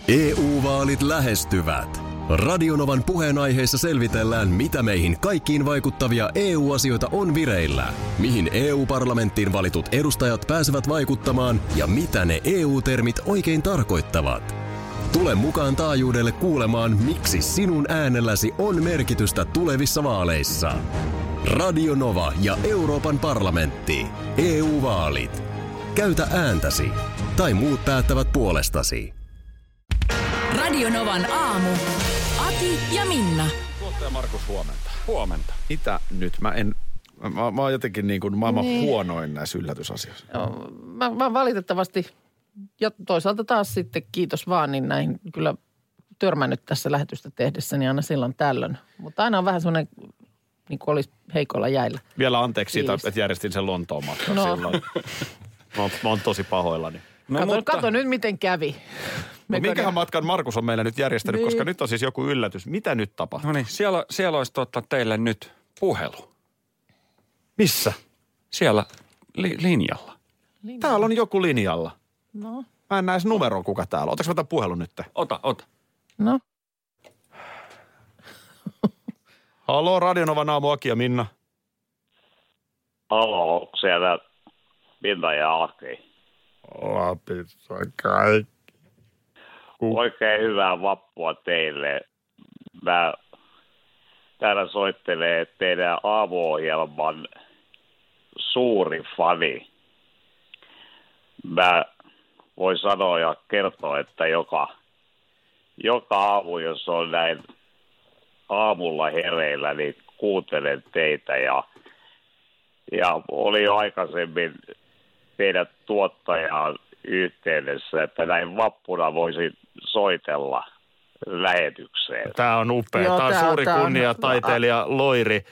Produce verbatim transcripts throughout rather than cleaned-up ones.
E U-vaalit lähestyvät. Radionovan puheenaiheessa selvitellään, mitä meihin kaikkiin vaikuttavia E U-asioita on vireillä, mihin E U-parlamenttiin valitut edustajat pääsevät vaikuttamaan ja mitä ne E U-termit oikein tarkoittavat. Tule mukaan taajuudelle kuulemaan, miksi sinun äänelläsi on merkitystä tulevissa vaaleissa. Radio Nova ja Euroopan parlamentti. E U-vaalit. Käytä ääntäsi. Tai muut päättävät puolestasi. Radio Novan aamu. Ati ja Minna. Tuottaja Markus, huomenta. Huomenta. Mitä nyt? Mä en... Mä, mä oon jotenkin niin kuin maailman niin. huonoin näissä yllätysasioissa. Joo, mä, mä valitettavasti, ja toisaalta taas sitten kiitos vaan, niin näihin kyllä törmännyt tässä lähetystä tehdessäni aina silloin tällöin. Mutta aina on vähän semmoinen, niin kuin olisi heikolla jäillä. Vielä anteeksi siitä, Kiitos. että järjestin sen Lontoon matkan No. silloin. Mä oon, mä oon tosi pahoillani. No, kato, mutta... kato nyt, miten kävi. No, minkähän matkan Markus on meillä nyt järjestänyt, niin. koska nyt on siis joku yllätys. Mitä nyt tapahtuu? No niin, siellä, siellä olisi totta teille nyt puhelu. Missä? Siellä li, linjalla. Linja. Täällä on joku linjalla. No. Mä en näe numeroa, kuka täällä on. Otaks mä tämän puhelun nyt? Ota, ota. No. Haloo, Radionovan aamu, Aki ja Minna. Haloo, onko siellä Minna ja Aki? Lapissa kaikki. Ku... Oikein hyvää vappua teille. Mä täällä soittelee teidän aamuohjelman suuri fani. Mä voin sanoa ja kertoa, että joka, joka aamu, jos on näin aamulla hereillä, niin kuuntelen teitä. Ja, ja oli jo aikaisemmin teidän tuottajaan yhteydessä, että näin vappuna voisin soitella lähetykseen. Tää on upea. Joo, tää on tää- suuri tää on- kunnia, taiteilija Loiri.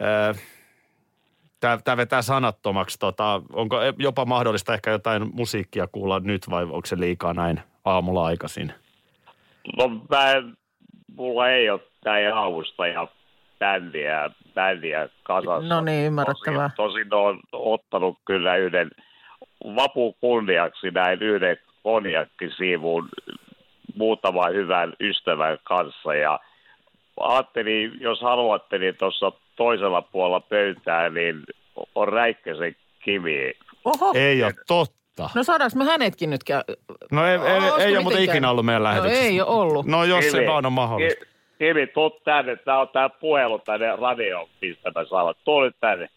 Tää, tää vetää sanattomaksi. Tota, onko jopa mahdollista ehkä jotain musiikkia kuulla nyt vai onko se liikaa näin aamulla aikaisin? No mä en, mulla ei ole näin aamusta ja bändiä, bändiä kasassa. No niin, ymmärrettävää. Tosin, tosin on ottanut kyllä yhden vapun kunniaksi näin yhden konjakkisiivun muutaman hyvän ystävän kanssa. Ja ajattelin, jos haluatte, niin tuossa toisella puolella pöytää, niin on Räikkösen Kimi. Oho. Ei ole totta. No saadaanko me hänetkin nyt käy? No ei, ei, Olisiko ei ole muuten mitenkään? ikinä ollut meidän No lähetyksessä. ei ole ollut. No jos se Kimi, vaan on mahdollista. Ki- Kimi, tuu tänne. Tää on tää puhelu tänne radioon, mistä mä saan. Tuu nyt tänne.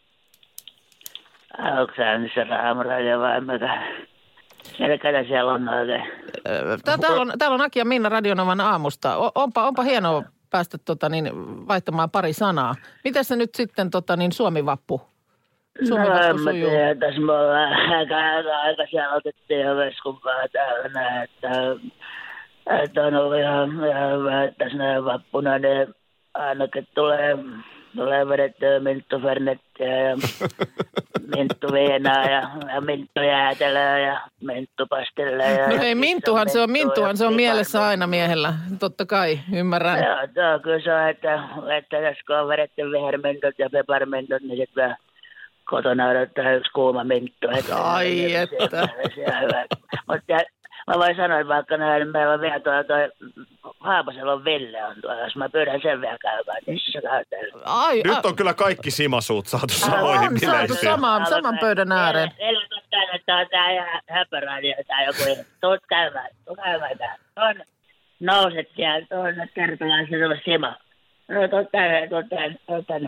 Onko sä missä raamuradio vai mitä? Selkällä siellä on oikein. Tää- Täällä on, täällä on Aki ja Minna Radionovan aamusta. O- Onpa, onpa hienoa päästä tota, niin, vaihtamaan pari sanaa. Miten se nyt sitten tota, niin, Suomi-vappu? No Suomi-vappu en mä sujuu. tiedä, tässä me ollaan aika, aika, aika siellä otettiin jo veskumpaa täällä näin, että, että on ollut ihan, ihan hyvä, että tässä näin vappuna, niin ainakin tulee, tulee vedettyä minttufernettiä ja minttuviinaa ja, ja minttujäätelöä ja minttupastilleja. No ja ei, mintuhan se on, mintuhan se on mielessä piparminttua. aina miehellä. Totta kai, ymmärrän. Joo, tuo kyllä se on, että, että tässä kun on vedetty vihermintot ja peparmintot, niin sitten vähän kotona odottaa yksi kuuma minttu. Ai että. Mutta mä voin sanoa, että vaikka näin, meillä on vielä tuo, toi Haapasella on Ville on tuolla, jos mä pyydän sen vielä käymään, niin se käy täällä. Ai, Nyt on kyllä kaikki simasuut saatu a, samoihin on saatu bileisiin. saman, saman pöydän ääreen. Meillä on täällä, että on tää ihan höpöradio tai joku. Tuut käymään, tuut käymään täällä. On nouset siellä, tuon kertolaisen on Sima. No tuut tänne, tuut tänne, tuut tänne.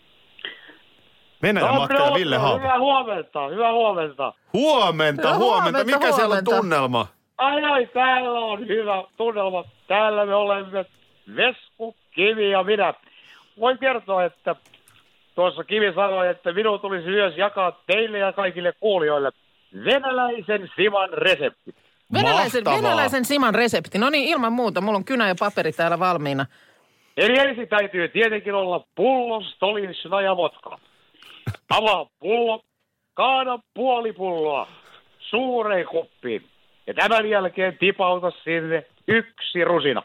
Venäjän matka ja Ville Haapa. Hyvää huomenta, hyvää huomenta. Huomenta, No, huomenta. huomenta, Mikä siellä on huomenta. tunnelma? Ai ai, täällä on hyvä tunnelma. Täällä me olemme Vesku, Kimi ja minä. Voin kertoa, että tuossa Kimi sanoi, että minun tulisi myös jakaa teille ja kaikille kuulijoille venäläisen siman resepti. Venäläisen, Mahtavaa. venäläisen siman resepti. No niin, ilman muuta. Mulla on kynä ja paperi täällä valmiina. Eli ensin täytyy tietenkin olla pullon stolinshna ja vodka. Avaa pullo, kaada puoli pulloa suureen kuppiin. Ja tämän jälkeen tipauta sinne yksi rusina.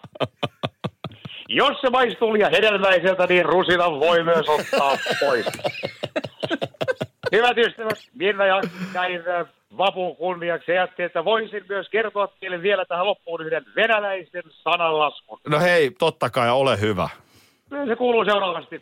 Jos se maistuu liian hedelmäiseltä, niin rusinan voi myös ottaa pois. Hyvät ystävät, Minna ja käin vapun kunniaksi ajattelin, että voisin myös kertoa teille vielä tähän loppuun yhden venäläisen sananlaskun. No hei, totta kai, ole hyvä. Se kuuluu seuraavasti.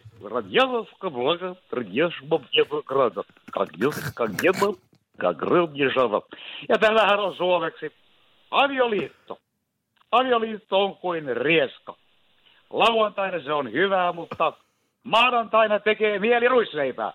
Ja tällähän on suomeksi avioliitto. Avioliitto on kuin rieska. Lauantaina se on hyvää, mutta maanantaina tekee mieli ruisleipää.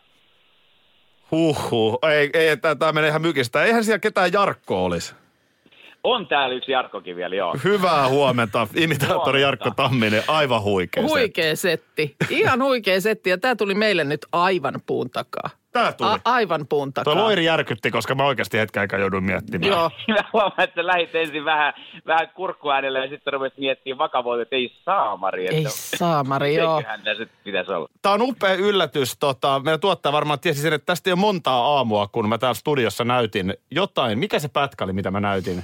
Huhhuh, ei, ei tämä menee ihan mykistä. Eihän siellä ketään Jarkko olisi. On täällä yksi Jarkkokin vielä, joo. Hyvää huomenta, imitaattori Jarkko Tamminen, aivan huikea setti. Huikea setti, ihan huikea setti ja tämä tuli meille nyt aivan puun takaa. Tää tuli. A- aivan puun takaa. Tuo loiri järkytti, koska mä oikeasti hetken aikaa jouduin miettimään. Joo. Mä huomaan, että lähit ensin vähän, vähän kurkkuäänellä ja sitten rupesit miettimään vakavoita, että ei saamari. Ei saamari, joo. Eiköhän tässä pitäisi olla. Tämä on upea yllätys. Tota, meidän tuottaja varmaan tiesi sen, että tästä ei ole montaa aamua, kun mä täällä studiossa näytin jotain. Mikä se pätkä oli, mitä mä näytin?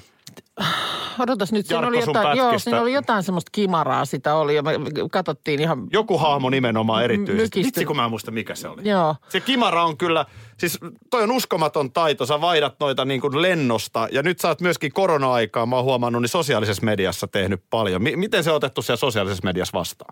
Odotas nyt, siinä Jarkko, oli, sun jotain, joo, pätkistä. siinä oli jotain semmoista kimaraa sitä oli ja me katsottiin ihan... Joku hahmo nimenomaan erityisesti. Mykisty. Vitsi, kun mä en muista, mikä se oli. Joo. Se kimara on kyllä, siis toi on uskomaton taito. Sä vaihdat noita niin kuin lennosta ja nyt sä oot myöskin korona-aikaa, mä oon huomannut, niin sosiaalisessa mediassa tehnyt paljon. M- miten se on otettu siellä sosiaalisessa mediassa vastaan?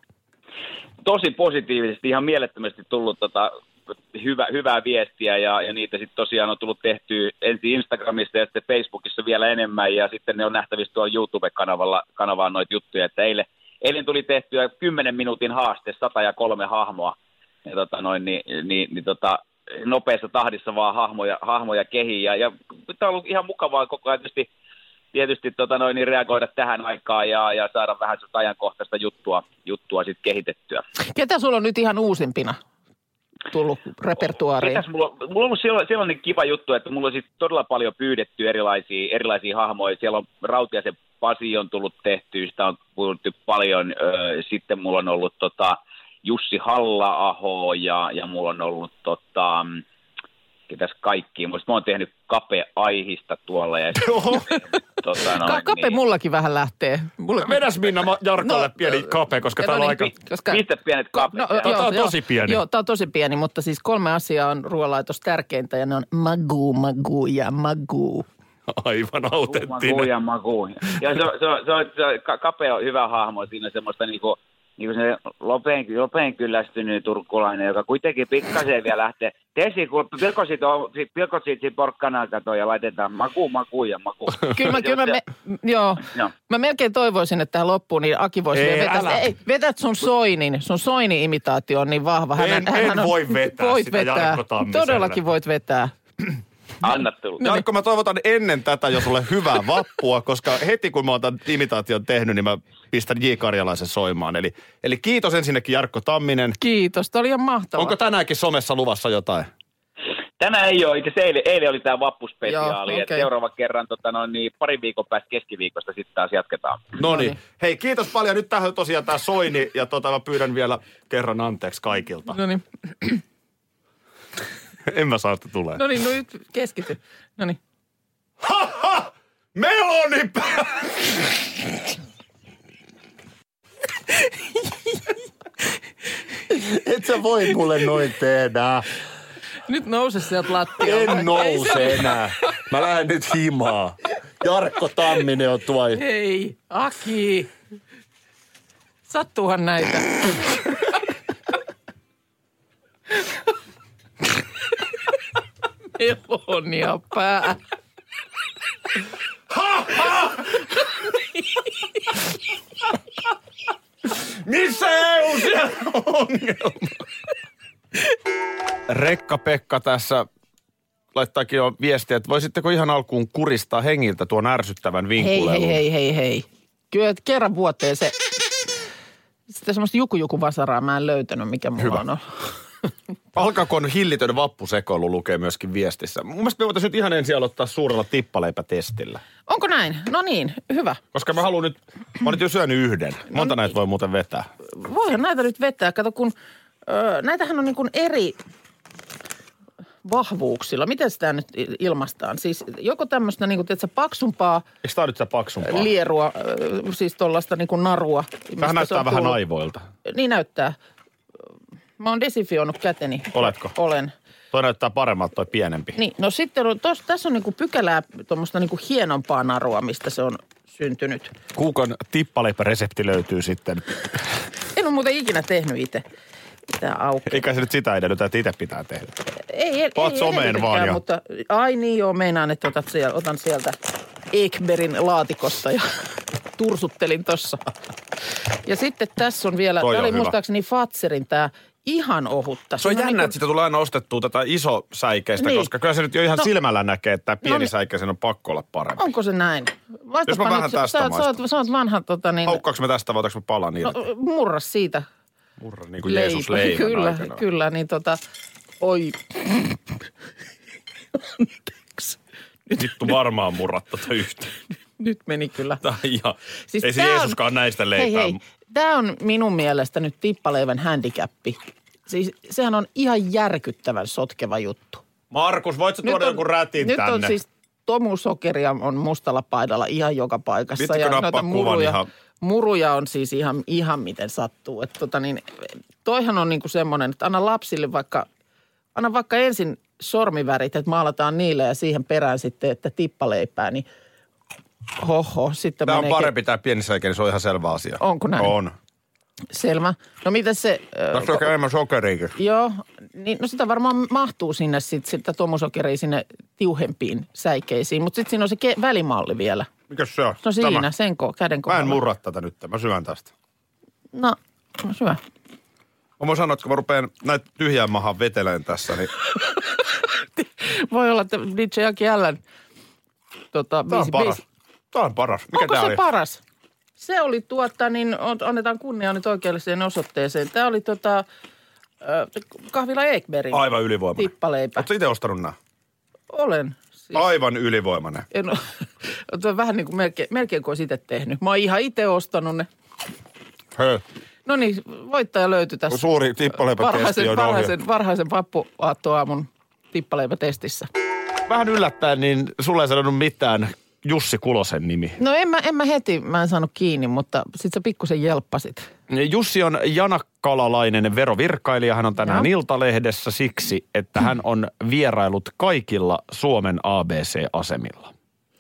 Tosi positiivisesti, ihan mielettömästi tullut tota, hyvä, hyvää viestiä ja, ja niitä sitten tosiaan on tullut tehtyä ensin Instagramissa ja sitten Facebookissa vielä enemmän ja sitten ne on nähtävissä tuolla YouTube-kanavalla kanavaan noita juttuja, että eilen, eilen tuli tehtyä kymmenen minuutin haaste, sata ja kolme hahmoa ja tota noin, niin, niin, niin tota, nopeassa tahdissa vaan hahmoja, hahmoja kehiin ja, ja tämä on ollut ihan mukavaa koko ajan tietysti, tietysti tota noin, niin reagoida tähän aikaan ja, ja saada vähän ajankohtaista juttua, juttua sitten kehitettyä. Ketä sulla on nyt ihan uusimpina tullut repertuaariin? Ketäs mulla, mulla on ollut siellä, sellainen kiva juttu, että mulla on siis todella paljon pyydetty erilaisia, erilaisia hahmoja. Siellä on Rautiaisen Pasi on tullut tehtyä, sitä on pyydetty paljon. Sitten mulla on ollut tota, Jussi Halla-aho ja, ja mulla on ollut tota, ketäs kaikki. Mä oon tehnyt Kape Aihista tuolla. Ja tota, noin, Ka- kape niin. mullakin vähän lähtee. Mulla... Vedäs Minna Jarkolle No, pieni kape, koska no täällä on niin, aika... pi- koska... Pistä pienet kapet. No, Tää on tosi pieni. Joo, tää on tosi pieni, mutta siis kolme asiaa on ruoanlaitos tärkeintä ja ne on magu, magu ja magu. Aivan autenttinen. Magu ja magu. Ja se, se, se, se, se Kape on hyvä hahmo, siinä on semmoista niinku, niinku se lopeen, lopeen kyllästynyt turkulainen, joka kuitenkin pikkasen vielä lähtee. Tesi, kun pilkosit, pilkosit siinä porkkanaa katoa ja laitetaan maku, maku ja maku. Kyllä mä, kyllä mä, me, joo. Joo. Mä melkein toivoisin, että tähän loppuun niin Aki voisi Ei, vielä vetää. älä. Ei, vetät sun soinin. Sun soini-imitaatio on niin vahva. En- en voi vetää voit sitä vetää. Jarkko Tammiselle. Todellakin voit vetää. Anna tulla. Jarkko, mä toivotan ennen tätä jo sulle hyvää vappua, koska heti kun mä oon tämän imitaation tehnyt, niin mä pistän J. Karjalaisen soimaan. Eli, eli kiitos ensinnäkin Jarkko Tamminen. Kiitos, tämä oli ihan mahtavaa. Onko tänäänkin somessa luvassa jotain? Tänään ei ole, itse asiassa eilen, eilen oli tämä vappuspesiaali, Joo, että okei. seuraavan kerran tota, no, niin, parin viikon päästä keskiviikosta sitten taas jatketaan. No niin. Hei, kiitos paljon. Nyt tähän tosiaan tää soini ja tota mä pyydän vielä kerran anteeksi kaikilta. No niin, En mä saa, että tulee. no niin, no nyt keskity. No niin. Ha, ha! Melonipää! Et sä voi mulle noin tehdä. Nyt nouse sieltä lattialta. En nouse enää. Mä lähden nyt himaa. Jarkko Tamminen on tuo. Hei, Aki. Sattuuhan näitä. Melonia pää. Missä E U siellä on ongelma? Rekka-Pekka tässä laittaakin jo viestiä, että voisitteko ihan alkuun kuristaa hengiltä tuon ärsyttävän Hei, vinkulelun? hei, hei, hei, hei. Kyllä että kerran vuoteen se... Sitä semmoista juku-juku-vasaraa mä en löytänyt, mikä mulla Hyvä. on ollut. Alkakoon hillitön vappusekoilu lukee myöskin viestissä. Mun mielestä me voitaisiin nyt ihan ensin aloittaa suurella tippaleipätestillä. Onko näin? No niin, hyvä. Koska mä haluan nyt, mä oon nyt jo syönyt yhden. Monta näitä voi muuten vetää? Voihan näitä nyt vetää. Kato, kun ö, näitähän on niin kuin eri vahvuuksilla. Miten sitä nyt ilmaistaan? Siis joko tämmöistä niin kuin, tiedätkö, paksumpaa Eikö tää nyt sitä paksumpaa? lierua, ö, siis tuollaista niin kuin narua. mistä Tähän se näyttää on vähän tullut. aivoilta. Niin näyttää. Mä oon desinfioinut käteni. Oletko? Olen. Toi näyttää paremmalta, toi pienempi. Niin, no sitten on, tos, tässä on niinku pykälää tuommoista niinku hienompaa narua, mistä se on syntynyt. Kuukan tippaleipäresepti löytyy sitten. En ole muuten ikinä tehnyt itse. Pitää auki. Eikä se nyt sitä edellytä, että itse pitää tehdä. Ei, ei, Paat ei someen vaan ja... mutta ai niin joo, meinaan, että otat siellä, otan sieltä Ekbergin laatikosta ja tursuttelin tossa. Ja sitten tässä on vielä, Toi tämä on oli hyvä. muistaakseni Fatserin tämä ihan ohutta. Se on jännä, niin kuin... että siitä tulee aina ostettua tätä isosäikeistä, Niin. koska kyllä se nyt jo ihan No. silmällä näkee, että No niin. pienisäikeisen on pakko olla parempi. Onko se näin? Vaistapa Jos mä vähän nyt, tästä sä, sä, maistan. oot, sä oot vanha tota niin... Haukkaanko me tästä vai otaanko me palaa niitä? No, murra siitä. Murra niin kuin Jeesus leivän Kyllä, aikana. kyllä, niin tota, oi. Anteeksi. Vittu varmaan murrat tota yhtä. Nyt meni kyllä. Tää on ihan, Siis ei se tää on- Jeesuskaan näistä leipää. Hei, hei. Tämä on minun mielestä nyt tippaleivän handicappi. Siis sehän on ihan järkyttävän sotkeva juttu. Markus, voit sä tuoda jonkun rätin nyt tänne? on siis tomusokeria on mustalla paidalla ihan joka paikassa. Vittikö ja nappaa noita kuvan muruja, ihan- muruja on siis ihan, ihan miten sattuu. Et tota niin, toihan on niinku semmoinen, että anna lapsille vaikka, anna vaikka ensin sormivärit, että maalataan niille ja siihen perään sitten, että tippaleipää, niin hoho, sitten Tämä on meneekin- parempi tämä pienisäikeinen, se on ihan selvä asia. Onko näin? On. Selvä. No miten se... ö, Tässä on enemmän sokeriikin. Joo, niin, no sitä varmaan mahtuu sinne sitten sitä tomusokeria sinne tiuhempiin säikeisiin, mutta sitten siinä on se ke- välimalli vielä. Mikäs se on? No siinä, Tämä. sen ko- käden Mä kohdalla. en murra tätä nyt, mä syön tästä. No, no syö. Mä voin sanoa, että kun mä rupean näitä tyhjään mahaan veteleen tässä, niin Voi olla, että D J Aki Allen, tota, tää on biisi- paras. biisi- Tää on paras. Mikä Onko tää se oli? paras? Se oli tuota, niin on- annetaan kunnia nyt oikeelliseen osoitteeseen. Tämä oli tota, ö, kahvila Ekbergin Aivan ylivoimainen. tippaleipä. Ootko itse ostanut nää? Olen. Siis. Aivan ylivoimainen. En ole, tuo on vähän niin kuin melkein, melkein kuin olisi itse tehnyt. Mä oon ihan itse ostanut ne. Hei. No niin, voittaja löytyi tässä. Suuri tippaleipätesti varhaisen, on ohi. varhaisen, varhaisen vappuaattoaamun tippaleipätestissä. Vähän yllättäen, niin sulle ei sanonut mitään Jussi Kulosen nimi. No en mä, en mä heti, mä en saanut kiinni, mutta sit sä pikkusen jelppasit. Jussi on janakkalalainen verovirkailija. Hän on tänään Joo. Iltalehdessä siksi, että hän on vierailut kaikilla Suomen A B C-asemilla.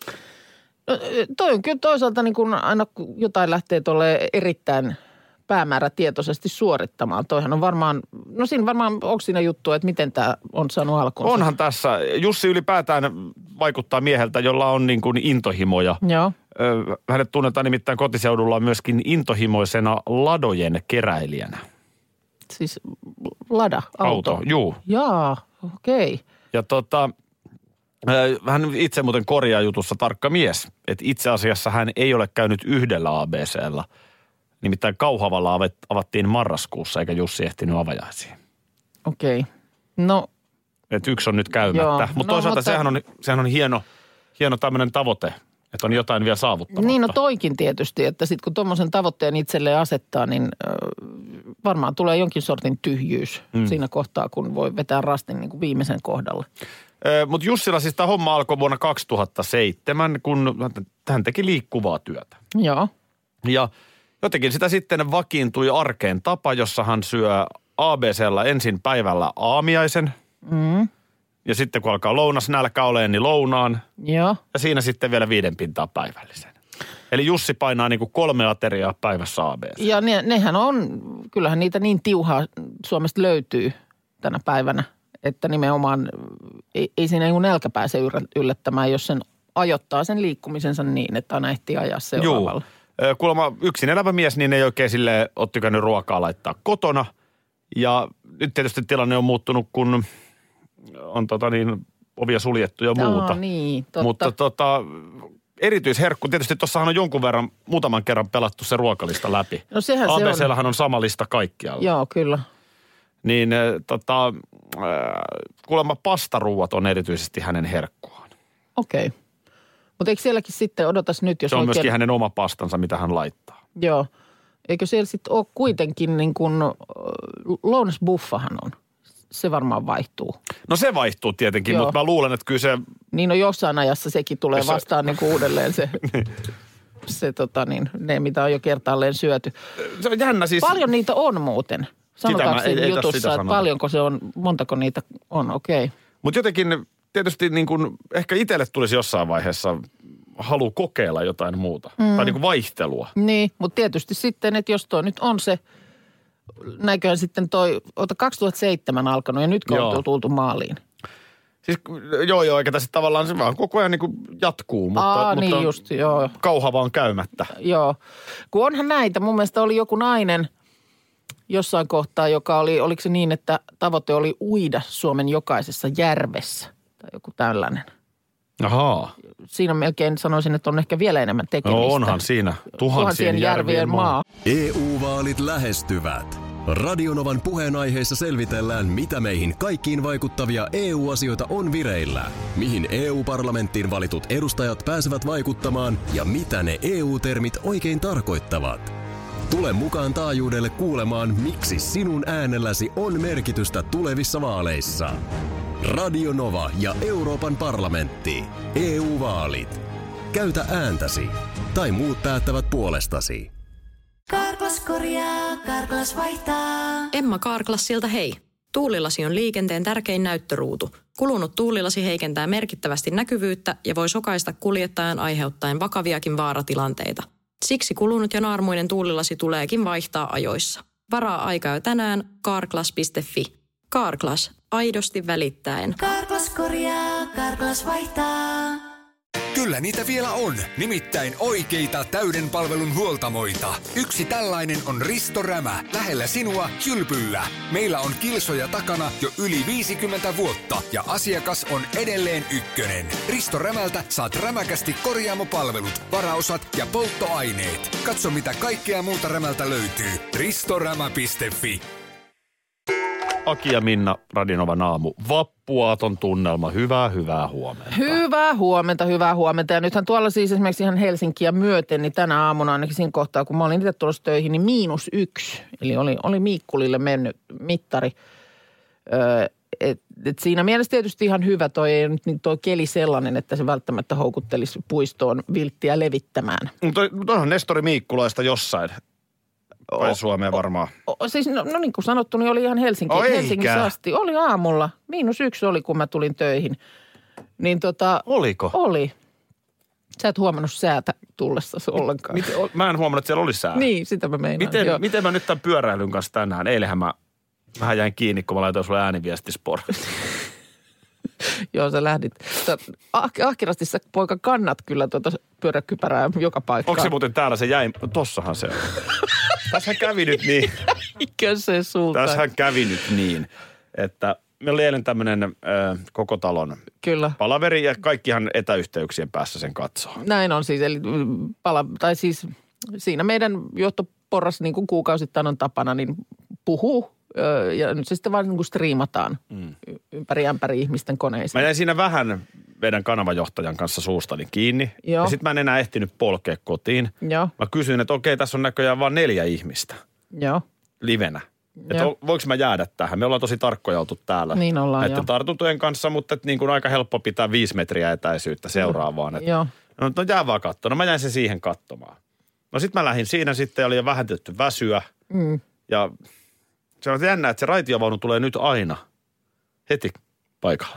No, toi on kyllä toisaalta niin kun aina kun jotain lähtee tuolle erittäin päämäärätietoisesti suorittamaan. Toihan on varmaan, no siinä varmaan, onko siinä juttu, että miten tämä on saanut alkuun? Onhan tässä. Jussi ylipäätään vaikuttaa mieheltä, jolla on niin kuin intohimoja. Joo. Ö, Hänet tunnetaan nimittäin kotiseudulla myöskin intohimoisena ladojen keräilijänä. Siis lada, auto. Auto, juu. Jaa, okei. Okay. Ja tota, ö, hän itse muuten korjaa jutussa tarkka mies, että itse asiassa hän ei ole käynyt yhdellä A B C:llä. Nimittäin Kauhavalla avet- avattiin marraskuussa, eikä Jussi ehtinyt avajaisiin. Okei. Okay. No, Että yksi on nyt käymättä. Joo. Mutta No, toisaalta mutta- sehän on, sehän on hieno, hieno tämmöinen tavoite, että on jotain vielä saavuttamatta. niin no toikin tietysti, että sitten kun tuommoisen tavoitteen itselleen asettaa, niin ö, varmaan tulee jonkin sortin tyhjyys mm. siinä kohtaa, kun voi vetää rastin niin kuin viimeisen kohdalle. Mutta Jussilla siis tämä homma alkoi vuonna kaksituhattaseitsemän, kun hän teki liikkuvaa työtä. Joo. Ja jotenkin sitä sitten vakiintui arkeen tapa, jossa hän syö A B C:llä ensin päivällä aamiaisen. Mm. Ja sitten kun alkaa lounasnälkä oleen, niin lounaan. Joo. Ja siinä sitten vielä viiden pintaa päivällisen. Eli Jussi painaa niin kuin kolme ateriaa päivässä A B C. Ja ne, nehän on, kyllähän niitä niin tiuhaa Suomesta löytyy tänä päivänä, että nimenomaan ei, ei siinä niin nälkä pääse yllättämään, jos sen ajoittaa sen liikkumisensa niin, että aina ehtii ajaa seuraavalla. Joo. Kuulemma yksin elävä mies, niin ei oikein sille ole tykännyt ruokaa laittaa kotona. Ja nyt tietysti tilanne on muuttunut, kun on tota niin, ovia suljettu ja muuta. Aa, niin, totta. Mutta tota, erityisherkku, tietysti tuossahan on jonkun verran, muutaman kerran pelattu se ruokalista läpi. No sehän se on. A B C:llähän on sama lista kaikkialla. Joo, kyllä. Niin äh, tota, äh, kuulemma pastaruuat on erityisesti hänen herkkuaan. Okei. Okay. Mutta eikö sielläkin sitten, odotas nyt, jos Se on oikein... myöskin hänen oma pastansa, mitä hän laittaa. Joo. Eikö siellä sitten ole kuitenkin niin kuin, lounasbuffahan on. Se varmaan vaihtuu. No se vaihtuu tietenkin, Joo. mutta mä luulen, että kyllä se... Niin no jossain ajassa sekin tulee Se- vastaan niin kuin uudelleen se, se tota niin, ne mitä on jo kertaalleen syöty. Se on jännä siis... Paljon niitä on muuten. Sanotaanko Sitä mä- ei- siinä ei tässä jutussa, sitä että sanota. paljonko se on, montako niitä on, okei. Okay. Mutta jotenkin tietysti niin kuin, ehkä itselle tulisi jossain vaiheessa halu kokeilla jotain muuta. Mm. Tai niin kuin vaihtelua. Niin, mutta tietysti sitten, että jos toi nyt on se, näköjään sitten toi, ota kaksituhattaseitsemän alkanut ja nyt kun Joo. on tultu maaliin. Siis joo joo, eikä tässä tavallaan se vaan koko ajan niin kuin jatkuu, mutta, Aa, mutta niin just, joo. kauha vaan käymättä. Joo, kun onhan näitä. Mun mielestä oli joku nainen jossain kohtaa, joka oli, oliko se niin, että tavoite oli uida Suomen jokaisessa järvessä tai joku tällainen. Ahaa. Siinä melkein sanoisin, että on ehkä vielä enemmän tekemistä. No onhan siinä tuhansien järvien maa. E U-vaalit lähestyvät. Radionovan puheenaiheessa selvitellään, mitä meihin kaikkiin vaikuttavia E U-asioita on vireillä, mihin E U-parlamenttiin valitut edustajat pääsevät vaikuttamaan ja mitä ne E U-termit oikein tarkoittavat. Tule mukaan taajuudelle kuulemaan, miksi sinun äänelläsi on merkitystä tulevissa vaaleissa. Radio Nova ja Euroopan parlamentti. E U-vaalit. Käytä ääntäsi. Tai muut päättävät puolestasi. Karklas korjaa, Karklas vaihtaa. Emma Karklassilta hei. Tuulilasi on liikenteen tärkein näyttöruutu. Kulunut tuulilasi heikentää merkittävästi näkyvyyttä ja voi sokaista kuljettajan aiheuttaen vakaviakin vaaratilanteita. Siksi kulunut ja naarmuinen tuulilasi tuleekin vaihtaa ajoissa. Varaa aikaa jo tänään karklas piste fi. Karklas, aidosti välittäen. Karklas korjaa, Karklas vaihtaa. Kyllä niitä vielä on, nimittäin oikeita täyden palvelun huoltamoita. Yksi tällainen on Risto Rämä, lähellä sinua, Kylpyllä. Meillä on kilsoja takana jo yli viisikymmentä vuotta ja asiakas on edelleen ykkönen. Risto Rämältä saat rämäkästi korjaamopalvelut, varaosat ja polttoaineet. Katso mitä kaikkea muuta Rämältä löytyy. ristorämä piste fi. Aki ja Minna, Radionovan aamu. Vappuaaton tunnelma. Hyvää, hyvää huomenta. Hyvää huomenta, hyvää huomenta. Ja nythän tuolla siis esimerkiksi ihan Helsinkiä myöten, niin tänä aamuna ainakin siinä kohtaa, kun mä olin itse tulossa töihin, niin miinus yksi. Eli oli, oli Miikkulille mennyt mittari. Öö, et, et siinä mielessä tietysti ihan hyvä toi, ei nyt niin toi keli sellainen, että se välttämättä houkuttelisi puistoon vilttiä levittämään. Mutta onhan Nestori Miikkulaista jossain. Vai O- Suomea varmaan. O, siis no, no niin kuin sanottu, niin oli ihan Helsinki, O, eikä. Helsingissä asti. Oli aamulla. Miinus yksi oli, kun mä tulin töihin. Niin tota... Oliko? Oli. Sä et huomannut säätä tullessasi ollenkaan. Miten, mä en huomannut, että siellä oli sää. Niin, sitä mä meinaan. Miten, Joo. miten mä nyt tämän pyöräilyn kanssa tänään? Eilähän mä vähän jäin kiinni, kun mä laitoin sulle ääniviestispor. Joo, sä lähdit. Sä, ah, ahkerasti sä poika kannat kyllä tuota pyöräkypärää joka paikkaan. Onko se muuten täällä se jäi? Tossahan se on. Tässähän kävi nyt niin. Eikö se sulta? Tässähän kävi nyt niin, että meillä oli eilen tämmöinen äh, koko talon Kyllä. palaveri ja kaikkihan etäyhteyksien päässä sen katsoo. Näin on siis, eli mm, pala, tai siis siinä meidän johtoporras niin kuin kuukausittain on tapana, niin puhuu ö, ja nyt se sitten vaan niin kuin striimataan mm. ympäri ämpäri ihmisten koneisiin. Mä jäin siinä vähän meidän kanavajohtajan kanssa suustani kiinni. Joo. Ja sitten mä en enää ehtinyt polkea kotiin. Joo, Mä kysyin, että okei, tässä on näköjään vain neljä ihmistä joo. livenä. Että Joo. voiko mä jäädä tähän? Me ollaan tosi tarkkoja oltu täällä Niin ollaan, näiden joo. tartuntojen kanssa, mutta että niin kuin aika helppo pitää viisi metriä etäisyyttä seuraavaan. Että Joo. no, no jää vaan katsomaan. No mä jäin sen siihen katsomaan. No sit mä lähdin siinä sitten ja oli jo vähän tietty väsyä. Mm. Ja se on jännä, että se raitiovaunu tulee nyt aina heti paikalle.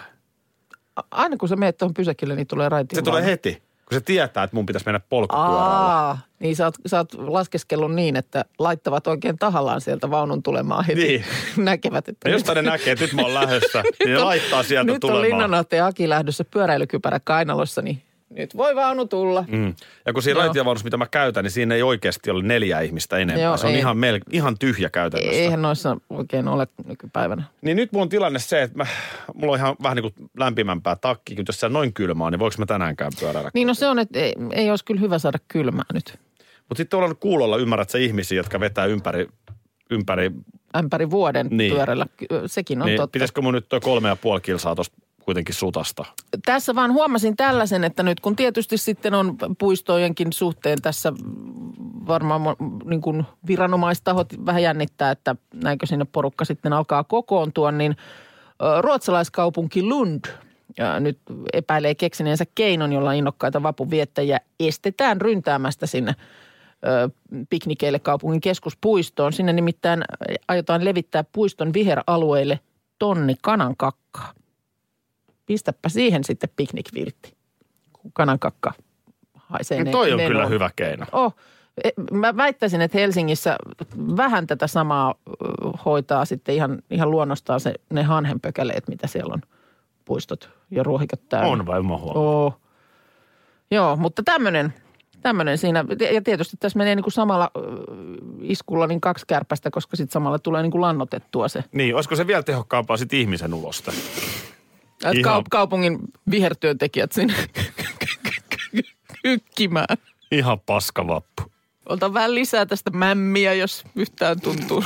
A- Aina kun sä meet tuohon pysäkille, niin tulee raitio. Se tulee heti, kun se tietää, että mun pitäisi mennä polkupyörällä. Aa, niin sä oot, sä oot laskeskellut niin, että laittavat oikein tahallaan sieltä vaunun tulemaan heti. Niin. Näkevät, että... Ja jostain ne näkee, että nyt mä oon lähdössä, niin ne laittaa sieltä nyt tulemaan. Nyt on Linnanahti ja Aki lähdössä pyöräilykypärä kainalossa, niin nyt voi vaunu tulla. Mm. Ja kun siinä Joo. raitiovaunussa, mitä mä käytän, niin siinä ei oikeasti ole neljää ihmistä enempää. Joo, se on ei. ihan, mel- ihan tyhjä käytännössä. Eihän noissa oikein ole nykypäivänä. Niin nyt mulla on tilanne se, että mä, mulla on ihan vähän niin kuin lämpimämpää takki. Kun jos siellä noin kylmää, niin voiko mä tänäänkään pyöräillä? Niin no se on, että ei, ei olisi kyllä hyvä saada kylmää nyt. Mutta sitten ollaan kuulolla, ymmärrät sä ihmisiä, jotka vetää ympäri, ympäri Ämpäri vuoden Niin. pyörällä. Sekin on niin totta. pitäisikö mun nyt toi kolme ja puoli kilsaa tosta kuitenkin sutasta? Tässä vaan huomasin tällaisen, että nyt kun tietysti sitten on puistojenkin suhteen tässä varmaan mo- niin kuin viranomaistahot vähän jännittää, että näinkö sinne porukka sitten alkaa kokoontua, niin ö, ruotsalaiskaupunki Lund ja nyt epäilee keksineensä keinon, jolla innokkaita vapunviettäjiä estetään ryntäämästä sinne ö, piknikeille kaupungin keskuspuistoon. Sinne nimittäin aiotaan levittää puiston viheralueille tonni kanankakkaa. Pistäpä siihen sitten piknikviltti, kun kanankakka haisee ne. Toi on ne kyllä on. hyvä keino. Oh, mä väittäisin, että Helsingissä vähän tätä samaa hoitaa sitten ihan, ihan luonnostaan se, ne hanhenpökäleet, mitä siellä on puistot ja ruohikot täynnä. On vai mä huomaan. Oh. Joo, mutta tämmöinen, tämmöinen siinä, ja tietysti tässä menee niin kuin samalla iskulla niin kaksi kärpästä, koska sitten samalla tulee niin kuin lannotettua se. Niin, olisiko se vielä tehokkaampaa sitten ihmisen ulosta? Ihan... Kaupungin vihertyöntekijät sinne kykkimään. Ihan paskavappu. Ota vähän lisää tästä mämmiä, jos yhtään tuntuu.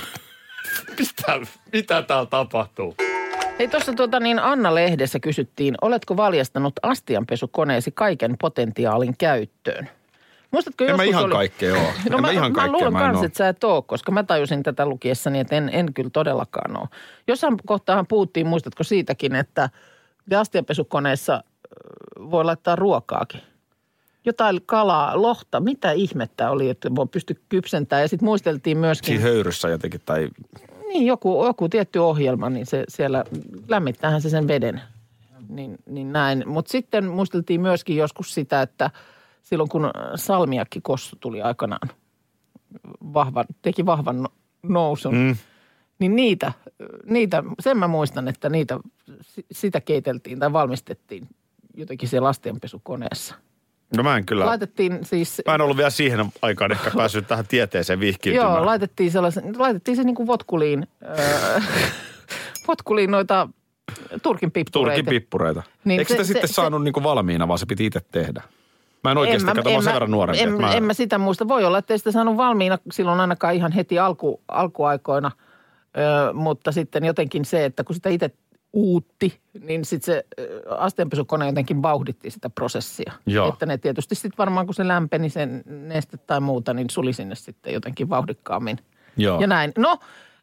Mitä, mitä täällä tapahtuu? Hei, tuossa tuota niin Anna-lehdessä kysyttiin, oletko valjastanut astianpesukoneesi kaiken potentiaalin käyttöön? Muistatko en joskus mä ihan oli... kaikkea ole. No en mä, mä ihan mä kaikkea luulen mä en kanssa, ole. että sä et ole, koska mä tajusin tätä lukiessani, että en, en kyllä todellakaan ole. Jossain kohtaahan puhuttiin, muistatko siitäkin, että astianpesukoneessa voi laittaa ruokaakin. Jotain kalaa, lohta, mitä ihmettä oli, että voi pysty kypsentämään. Ja sitten muisteltiin myöskin... Siinä höyryssä jotenkin tai... Niin, joku, joku tietty ohjelma, niin se siellä lämmittäähän se sen veden. Niin, niin näin. Mutta sitten muisteltiin myöskin joskus sitä, että silloin kun salmiakkikossu tuli aikanaan, vahvan, teki vahvan nousun, mm. niin niitä, niitä, sen mä muistan, että niitä, sitä keiteltiin tai valmistettiin jotenkin siellä astianpesukoneessa. No mä en kyllä. Laitettiin siis... Mä en ollut vielä siihen aikaan ehkä päässyt tähän tieteeseen vihkiytymään. Joo, laitettiin sellaisen, laitettiin se niin kuin votkuliin, äh, votkuliin noita turkin pippureita. Turkin pippureita. Niin Eikö se, sitä se, sitten se, saanut niin kuin valmiina, vaan se piti itse tehdä? Mä en oikeasti en kato, mä oon sen verran nuorempi. En, mä... en mä sitä muista. Voi olla, että ei sitä saanut valmiina silloin ainakaan ihan heti alku, alkuaikoina, ö, mutta sitten jotenkin se, että kun sitä itse uutti, niin sitten se astianpesukone jotenkin vauhditti sitä prosessia. Joo. Että ne tietysti sitten varmaan, kun se lämpeni sen neste tai muuta, niin suli sinne sitten jotenkin vauhdikkaammin. Joo. Ja näin. No,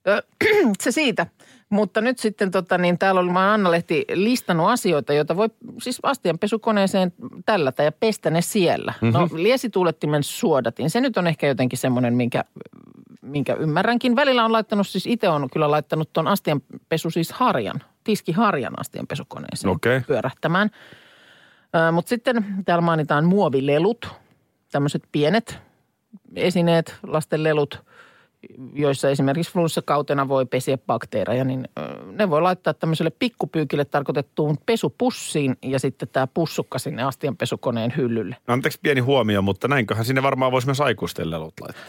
se siitä. Mutta nyt sitten tota, niin täällä oli Anna-lehti listannut asioita, joita voi siis astianpesukoneeseen tällätä ja pestä ne siellä. Mm-hmm. No, liesituulettimen suodatin. Se nyt on ehkä jotenkin semmoinen, minkä, minkä ymmärränkin. Välillä on laittanut, siis itse on kyllä laittanut ton astianpesu siis harjan, tiskiharjan astianpesukoneeseen okay. pyörähtämään. Äh, mutta sitten täällä mainitaan muovilelut, tämmöiset pienet esineet, lasten lelut, joissa esimerkiksi flunssakautena voi pesiä bakteereja, niin ne voi laittaa tämmöiselle pikkupyykille tarkoitettuun pesupussiin ja sitten tämä pussukka sinne astianpesukoneen hyllylle. No, anteeksi pieni huomio, mutta näinköhän sinne varmaan voisi myös aikuisten lelut laittaa.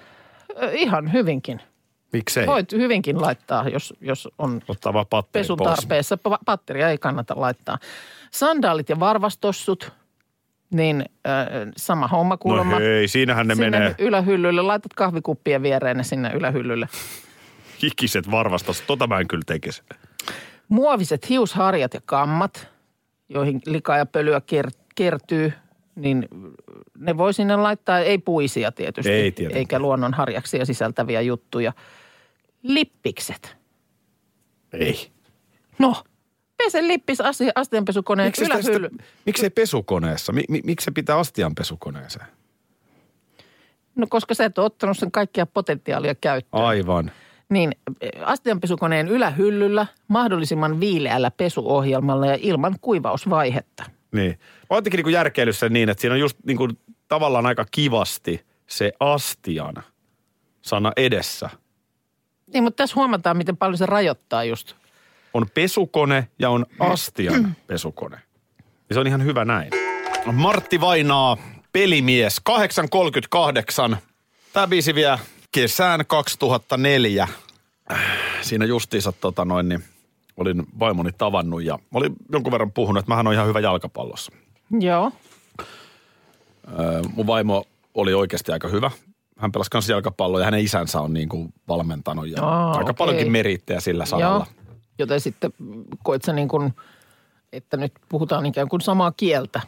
Ihan hyvinkin. Miksei? Voit hyvinkin laittaa, jos, jos on ottaa vaan patteri pesun pois. tarpeessa. Patteria ei kannata laittaa. Sandaalit ja varvastossut. Niin äh, sama homma kuulemma. No hei, siinähän ne sinne menee. Ylähyllylle. Laitat kahvikuppien viereen ne sinne ylähyllylle. Hikiset varvastos. Tota mä en kyllä tekisi. Muoviset hiusharjat ja kammat, joihin likaa ja pölyä ker- kertyy, niin ne voi sinne laittaa, ei puisia tietysti. Ei tietysti. Eikä luonnonharjaksia sisältäviä juttuja. Lippikset. Ei. No. Pese lippis astianpesukoneen ylähylly. Miksei pesukoneessa? Mi, miksi se pitää astianpesukoneeseen? No koska sä et ole ottanut sen kaikkia potentiaalia käyttöön. Aivan. Niin astianpesukoneen ylähyllyllä mahdollisimman viileällä pesuohjelmalla ja ilman kuivausvaihetta. Niin. Mä otinkin niin järkeillyt sen niin, että siinä on just niin kuin tavallaan aika kivasti se astian sana edessä. Niin, mutta tässä huomataan, miten paljon se rajoittaa just. On pesukone ja on astian pesukone. Ja se on ihan hyvä näin. Martti Vainaa, pelimies, kahdeksan kolmekymmentäkahdeksan. Tämä biisi vielä kesään kaksituhattaneljä. Siinä justiinsa tota noin, niin olin vaimoni tavannut ja mä olin jonkun verran puhunut, että mähän on ihan hyvä jalkapallossa. Joo. Öö, mun vaimo oli oikeasti aika hyvä. Hän pelasi kanssa jalkapalloa ja hänen isänsä on niin kuin valmentanut ja Aa, aika okay. paljonkin merittejä sillä saralla. Joo. Joten sitten koet sä niin kuin, että nyt puhutaan ikään kuin samaa kieltä.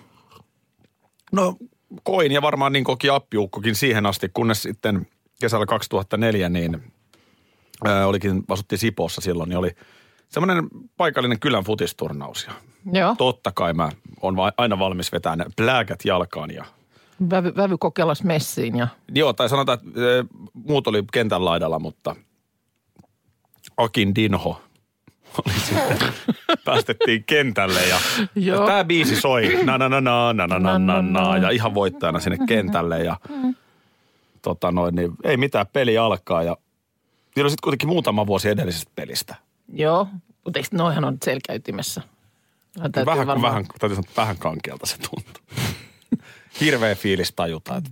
No koin ja varmaan niin koki appiukkokin siihen asti, kunnes sitten kesällä kaksituhattaneljä niin ää, olikin, asuttiin Sipoossa silloin, niin oli semmoinen paikallinen kylän futisturnaus. Ja Joo. totta kai mä oon aina valmis vetämään plääkät jalkaan ja Vävy, vävy kokeilas messiin ja... Joo, tai sanotaan, että e, muut oli kentän laidalla, mutta Akin Dinho oli sitten, päästettiin kentälle ja, ja tämä biisi soi na na na na na na na na na ja ihan voittajana sinne kentälle ja tota noin, niin ei mitään, peli alkaa ja niillä on sitten kuitenkin muutama vuosi edellisestä pelistä. Joo, mutta eikö noihan on selkäytimessä? Vähän, varmaan... vähän, täytyy sanoa, vähän kankealta se tuntuu. Hirveä fiilis tajuta, että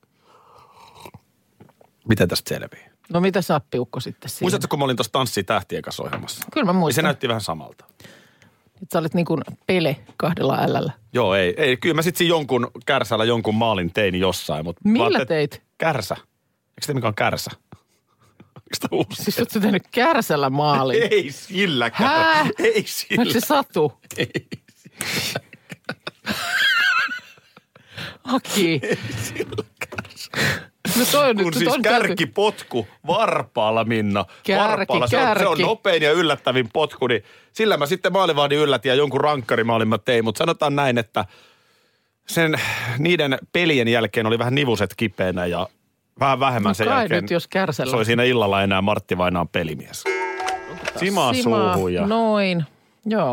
miten tästä selviää. No mitä sä appiukko sitten siinä? Muistatko, kun mä olin tuossa Tanssii tähtien kanssa ohjelmassa? Kyllä mä muistan. Ja se näytti vähän samalta. Että sä olit niin kuin Pele kahdella älällä. Joo, ei. ei kyllä mä sitten jonkun kärsällä jonkun maalin tein jossain. Mutta millä teit? Kärsä. Eikö se mikä on kärsä? Eikö sitä uusi? Siis oot sä tehnyt kärsällä maalin? Ei silläkään. Hää? Ei sillä. Onko se Satu? Ei sillä. Aki. Ei silläkään. No toi on kun nyt, siis on kärkipotku Varpaalla, Minna. Kärki, Varpaalla. Se, kärki. On, se on nopein ja yllättävin potku, niin sillä mä sitten maalivahdin yllätin ja jonkun rankkarimaalin mä tein. Mutta sanotaan näin, että sen, niiden pelien jälkeen oli vähän nivuset kipeänä ja vähän vähemmän no sen jälkeen. Nyt, jos kärsällä. Se oli siinä illalla enää Martti Vainaan pelimies. Simaa, Simaa suuhun ja... Noin, joo.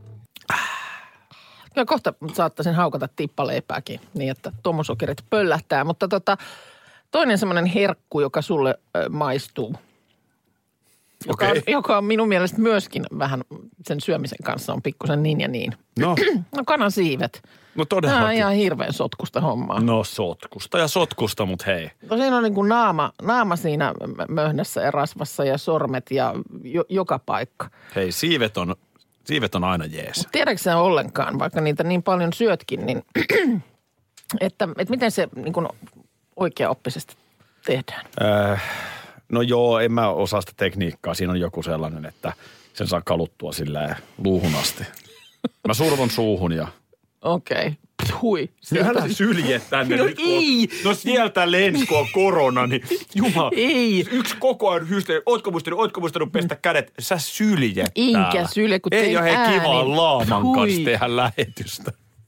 Ja kohta saattaisin haukata tippaleipääkin niin, että tomusokerit pöllähtää. Mutta tota, toinen semmoinen herkku, joka sulle ö, maistuu, joka, okay. on, joka on minun mielestä myöskin vähän sen syömisen kanssa on pikkusen niin ja niin. No, no kanan siivet. No todellakin. Tämä on ihan hirveän sotkusta hommaa. No sotkusta ja sotkusta, mutta hei. No siinä on niin kuin naama, naama siinä möhnässä ja rasvassa ja sormet ja jo, joka paikka. Hei, siivet on... Siivet on aina jees. Tiedätkö sä ollenkaan, vaikka niitä niin paljon syötkin, niin että, että miten se niin kuin oikeaoppisesti tehdään? Äh, no joo, en mä osaa sitä tekniikkaa. Siinä on joku sellainen, että sen saa kaluttua silleen luuhun asti. Mä survon suuhun ja... Okei. Okay. Hui. Älä sylje tänne. No nyt, ei. On, no sieltä lensi, kun on korona, niin jumala. Ei. Yksi koko ajan hystelee. Ootko muistanut, ootko muistanut pestä kädet? Sä syljet Inkä täällä. sylje, kun ei ole ääni. kivaa laaman Hui. kanssa tehdä lähetystä.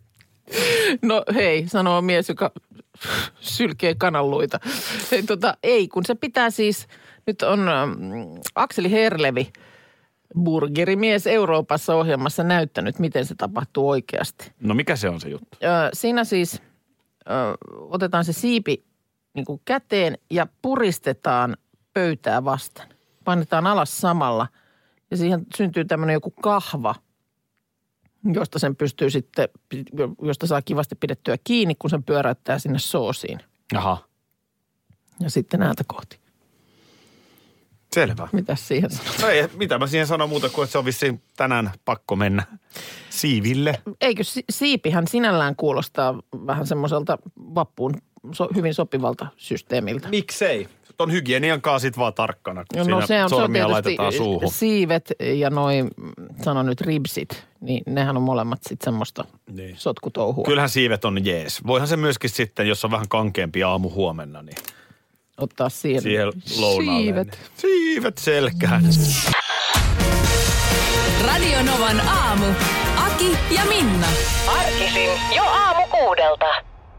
No hei, sanoo mies, joka sylkee kananluita. Hei, tota, ei, kun se pitää siis, nyt on ähm, Akseli Herlevi, burgerimies Euroopassa ohjelmassa näyttänyt, miten se tapahtuu oikeasti. No mikä se on se juttu? Ö, siinä siis ö, otetaan se siipi niin kuin käteen ja puristetaan pöytää vasten. Painetaan alas samalla ja siihen syntyy tämmöinen joku kahva, josta sen pystyy sitten, josta saa kivasti pidettyä kiinni, kun sen pyöräyttää sinne soosiin. Aha. Ja sitten näältä kohti. Selvä. Mitäs siihen sanot? No ei, mitä mä siihen sanon muuta kuin, että se on vissiin tänään pakko mennä siiville. Eikö siipihän sinällään kuulostaa vähän semmoiselta vappuun so, hyvin sopivalta systeemiltä? Miksei? Tuon hygienian kaa sit vaan tarkkana, kun no, siinä no se on, sormia se on laitetaan suuhun. Siivet ja noi, sano nyt ribsit, niin nehän on molemmat sitten semmoista niin. sotkutouhua. Kyllähän siivet on jees. Voihan se myöskin sitten, jos on vähän kankeampi aamu huomenna, niin ottaa siihen, siihen lounaalle. Siivet. Niin. Siivet selkään. Radio Novan aamu. Aki ja Minna. Arkisin jo aamu kuudelta.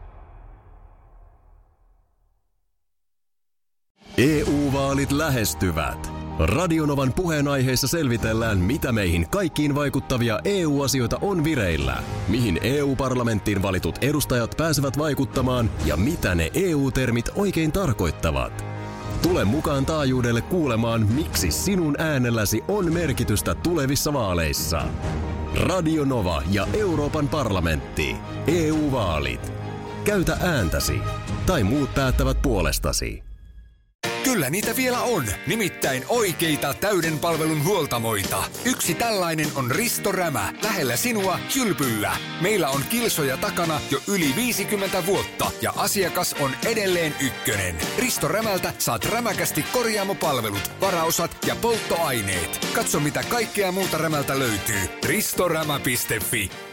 E U-vaalit lähestyvät. Radionovan puheenaiheessa selvitellään, mitä meihin kaikkiin vaikuttavia E U-asioita on vireillä, mihin E U-parlamenttiin valitut edustajat pääsevät vaikuttamaan ja mitä ne E U-termit oikein tarkoittavat. Tule mukaan taajuudelle kuulemaan, miksi sinun äänelläsi on merkitystä tulevissa vaaleissa. Radio Nova ja Euroopan parlamentti. E U-vaalit. Käytä ääntäsi. Tai muut päättävät puolestasi. Kyllä niitä vielä on, nimittäin oikeita täyden palvelun huoltamoita. Yksi tällainen on Risto Rämä, lähellä sinua, Kylpyllä. Meillä on kilsoja takana jo yli viisikymmentä vuotta ja asiakas on edelleen ykkönen. Risto Rämältä saat rämäkästi korjaamopalvelut, varaosat ja polttoaineet. Katso mitä kaikkea muuta Rämältä löytyy. ristorämä piste fi.